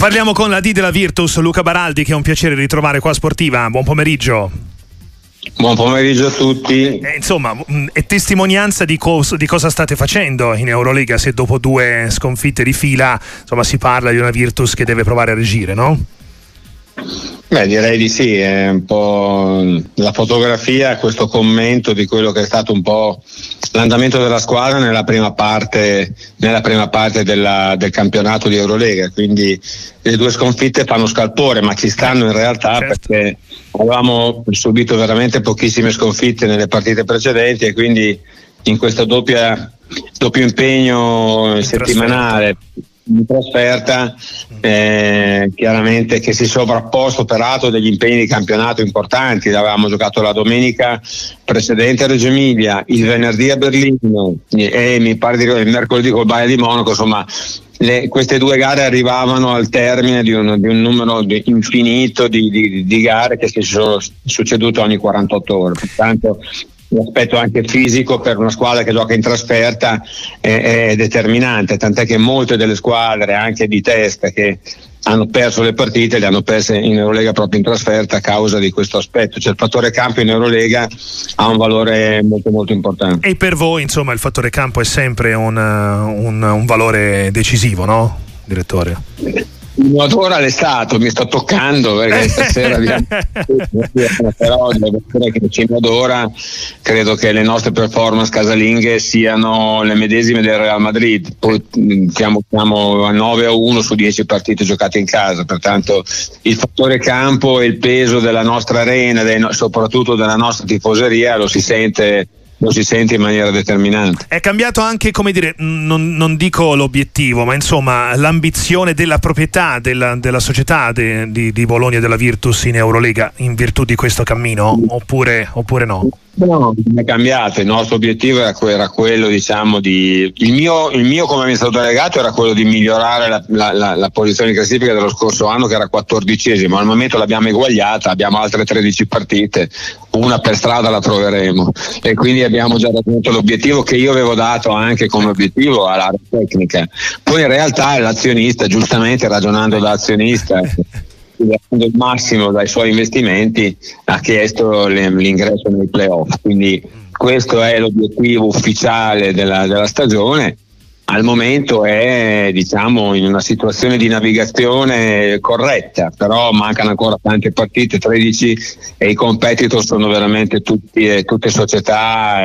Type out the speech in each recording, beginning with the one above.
Parliamo con la D della Virtus, Luca Baraldi, che è un piacere ritrovare qua a Sportiva. Buon pomeriggio. Buon pomeriggio a tutti. Insomma, è testimonianza di cosa state facendo in Eurolega, se dopo 2 sconfitte di fila, insomma, si parla di una Virtus che deve provare a reagire, no? Beh, direi di sì, è un po' la fotografia, questo commento di quello che è stato un po' l'andamento della squadra nella prima parte del campionato di Eurolega, quindi le 2 sconfitte fanno scalpore, ma ci stanno in realtà, certo, perché avevamo subito veramente pochissime sconfitte nelle partite precedenti e quindi in questo doppio impegno settimanale in trasferta, chiaramente che si è sovrapposto peraltro degli impegni di campionato importanti. Avevamo giocato la domenica precedente a Reggio Emilia, il venerdì a Berlino e mi pare il mercoledì col Bayern di Monaco. Insomma, queste 2 gare arrivavano al termine di un numero infinito di gare che si sono succedute ogni 48 ore, pertanto l'aspetto anche fisico per una squadra che gioca in trasferta è determinante, tant'è che molte delle squadre anche di testa che hanno perso le partite le hanno perse in Eurolega proprio in trasferta a causa di questo aspetto. Cioè il fattore campo in Eurolega ha un valore molto molto importante. E per voi, insomma, il fattore campo è sempre un valore decisivo, no, direttore? Ad ora l'è stato, mi sto toccando perché stasera però devo dire che fino ad ora credo che le nostre performance casalinghe siano le medesime del Real Madrid. Poi siamo a 9-1 su 10 partite giocate in casa, pertanto il fattore campo e il peso della nostra arena, soprattutto della nostra tifoseria, lo si sente in maniera determinante. È cambiato anche, come dire, non dico l'obiettivo, ma insomma l'ambizione della proprietà della società di Bologna e della Virtus in Eurolega in virtù di questo cammino, oppure no? No, non è cambiato. Il nostro obiettivo era quello, diciamo, il mio come amministratore delegato era quello di migliorare la posizione in classifica dello scorso anno, che era 14esimo. Al momento l'abbiamo eguagliata, abbiamo altre 13 partite, una per strada la troveremo e quindi abbiamo già raggiunto l'obiettivo che io avevo dato anche come obiettivo all'area tecnica. Poi in realtà l'azionista, giustamente ragionando da azionista, il massimo dai suoi investimenti, ha chiesto l'ingresso nei playoff, quindi questo è l'obiettivo ufficiale della stagione. Al momento è, diciamo, in una situazione di navigazione corretta, però mancano ancora tante partite, 13, e i competitor sono veramente tutte società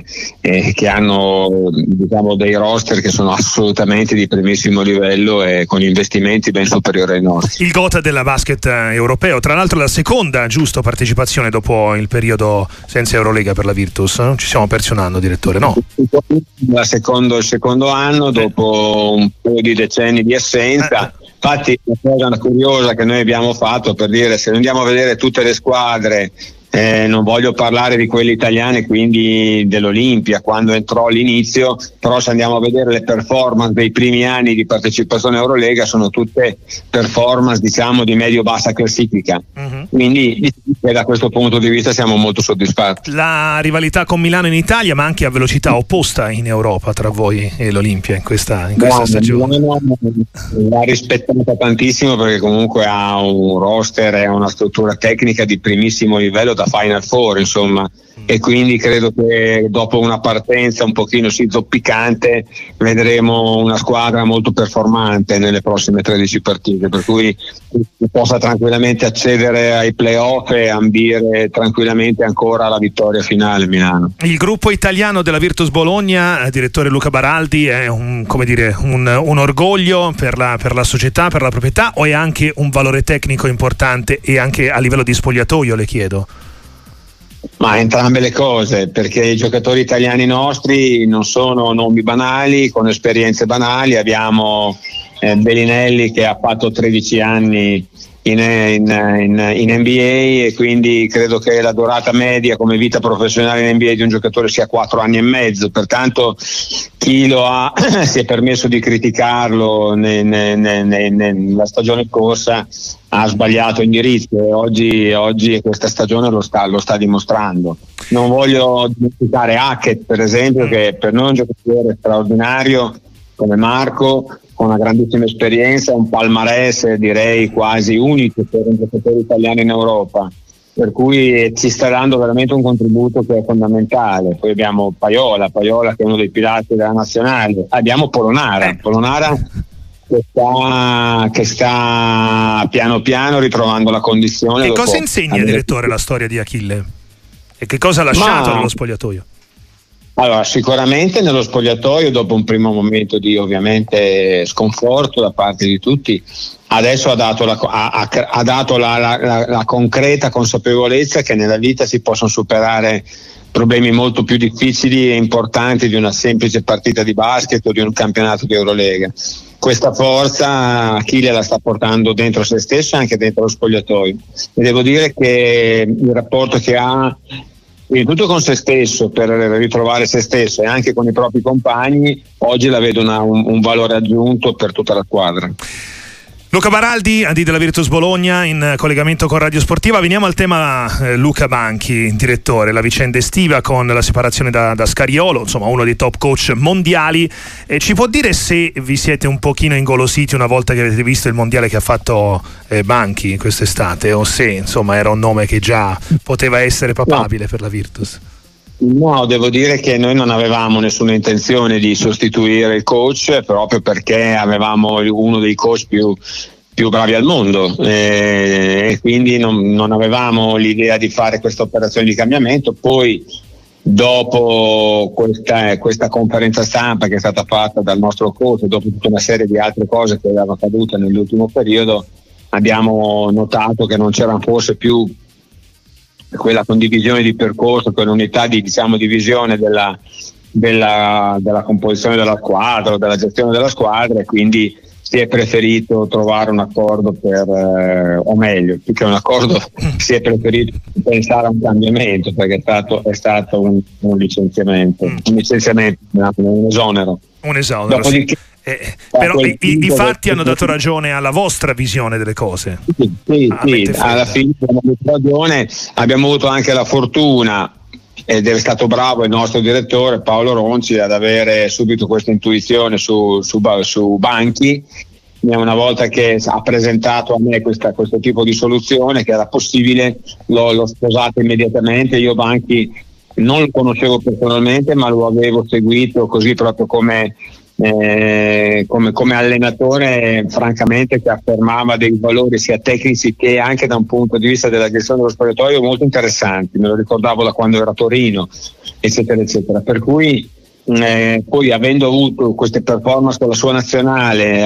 che hanno, diciamo, dei roster che sono assolutamente di primissimo livello e con investimenti ben superiori ai nostri. Il GOAT della basket europeo, tra l'altro la seconda giusto partecipazione dopo il periodo senza Eurolega per la Virtus, no? Ci siamo persi un anno, direttore, no? Il secondo anno dopo un paio di decenni di assenza. Infatti una cosa curiosa che noi abbiamo fatto, per dire, se andiamo a vedere tutte le squadre, non voglio parlare di quelle italiane, quindi dell'Olimpia quando entrò all'inizio, però se andiamo a vedere le performance dei primi anni di partecipazione a Eurolega sono tutte performance, diciamo, di medio-bassa classifica. Quindi da questo punto di vista siamo molto soddisfatti. La rivalità con Milano in Italia, ma anche a velocità opposta in Europa tra voi e l'Olimpia in questa stagione. L'ha rispettata tantissimo perché comunque ha un roster e una struttura tecnica di primissimo livello da Final Four, insomma, e quindi credo che dopo una partenza un pochino zoppicante vedremo una squadra molto performante nelle prossime 13 partite, per cui possa tranquillamente accedere ai playoff e ambire tranquillamente ancora alla vittoria finale a Milano. Il gruppo italiano della Virtus Bologna, direttore Luca Baraldi, è un orgoglio per la società, per la proprietà, o è anche un valore tecnico importante e anche a livello di spogliatoio, le chiedo? Ma entrambe le cose, perché i giocatori italiani nostri non sono nomi banali, con esperienze banali. Abbiamo Bellinelli che ha fatto 13 anni in NBA e quindi credo che la durata media come vita professionale in NBA di un giocatore sia 4 anni e mezzo, pertanto chi lo ha si è permesso di criticarlo nella stagione scorsa ha sbagliato indirizzo e oggi questa stagione lo sta dimostrando. Non voglio dimenticare Hackett, per esempio, che per noi è un giocatore straordinario come Marco, con una grandissima esperienza, un palmarès direi quasi unico per un giocatore italiano in Europa, per cui ci sta dando veramente un contributo che è fondamentale. Poi abbiamo Paiola che è uno dei pilastri della nazionale, abbiamo Polonara che sta piano piano ritrovando la condizione. Che cosa insegna, direttore, la storia di Achille? E che cosa ha lasciato nello spogliatoio? Allora, sicuramente nello spogliatoio, dopo un primo momento di ovviamente sconforto da parte di tutti, adesso ha dato la concreta consapevolezza che nella vita si possono superare problemi molto più difficili e importanti di una semplice partita di basket o di un campionato di Eurolega. Questa forza Achille la sta portando dentro se stesso e anche dentro lo spogliatoio, e devo dire che il rapporto che ha prima di tutto con se stesso, per ritrovare se stesso, e anche con i propri compagni, oggi la vedo un valore aggiunto per tutta la squadra. Luca Baraldi, AD della Virtus Bologna, in collegamento con Radio Sportiva. Veniamo al tema Luca Banchi, direttore, la vicenda estiva con la separazione da Scariolo, insomma uno dei top coach mondiali. Ci può dire se vi siete un pochino ingolositi una volta che avete visto il mondiale che ha fatto Banchi quest'estate, o se insomma era un nome che già poteva essere papabile per la Virtus? No, devo dire che noi non avevamo nessuna intenzione di sostituire il coach, proprio perché avevamo uno dei coach più bravi al mondo, e quindi non avevamo l'idea di fare questa operazione di cambiamento. Poi dopo questa conferenza stampa che è stata fatta dal nostro coach, dopo tutta una serie di altre cose che erano accadute nell'ultimo periodo, abbiamo notato che non c'era forse più quella condivisione di percorso, quell'unità di visione della composizione della squadra, della gestione della squadra, e quindi si è preferito trovare un accordo o meglio, più che un accordo, si è preferito pensare a un cambiamento, perché è stato un licenziamento, un esonero. Dopodiché, però i fatti hanno dato ragione alla vostra visione delle cose. Sì, alla fine abbiamo avuto ragione. Abbiamo avuto anche la fortuna, ed è stato bravo il nostro direttore Paolo Ronci ad avere subito questa intuizione su Banchi. Una volta che ha presentato a me questo tipo di soluzione che era possibile, l'ho sposato immediatamente. Io Banchi non lo conoscevo personalmente, ma lo avevo seguito così proprio come allenatore, francamente, che affermava dei valori sia tecnici che anche da un punto di vista della gestione dello spogliatoio molto interessanti. Me lo ricordavo da quando ero a Torino, eccetera eccetera, per cui poi, avendo avuto queste performance con la sua nazionale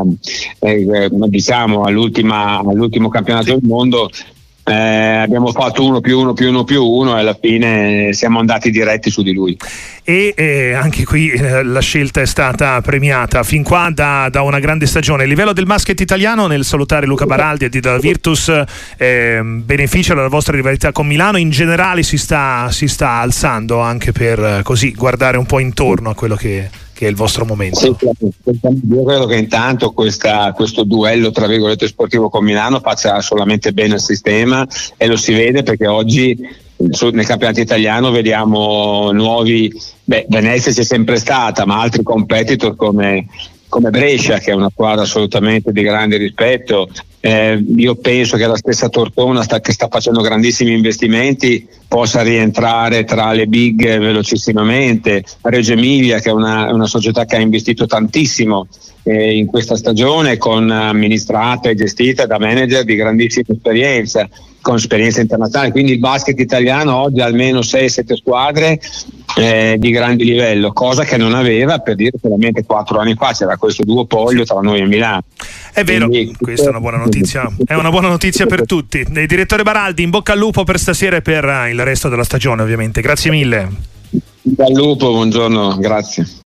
all'ultimo campionato del mondo, abbiamo fatto 1+1+1+1 e alla fine siamo andati diretti su di lui. E anche qui la scelta è stata premiata fin qua da una grande stagione. Il livello del basket italiano, nel salutare Luca Baraldi e della Virtus, beneficia dalla vostra rivalità con Milano, in generale si sta alzando, anche per così guardare un po' intorno a quello che è il vostro momento. Sì, io credo che intanto questo duello tra virgolette sportivo con Milano faccia solamente bene al sistema, e lo si vede perché oggi nel campionato italiano vediamo nuovi, Venezia c'è sempre stata, ma altri competitor come Brescia, che è una squadra assolutamente di grande rispetto. Io penso che la stessa Tortona, che sta facendo grandissimi investimenti, possa rientrare tra le big velocissimamente. Reggio Emilia, che è una società che ha investito tantissimo in questa stagione, amministrata e gestita da manager di grandissima esperienza, con esperienza internazionale. Quindi il basket italiano oggi ha almeno 6-7 squadre di grande livello, cosa che non aveva, per dire, solamente 4 anni fa. C'era questo duopolio tra noi e Milano. È vero, questa è una buona notizia, è una buona notizia per tutti. Direttore Baraldi, in bocca al lupo per stasera e per il resto della stagione, ovviamente. Grazie mille. In bocca al lupo, buongiorno, grazie.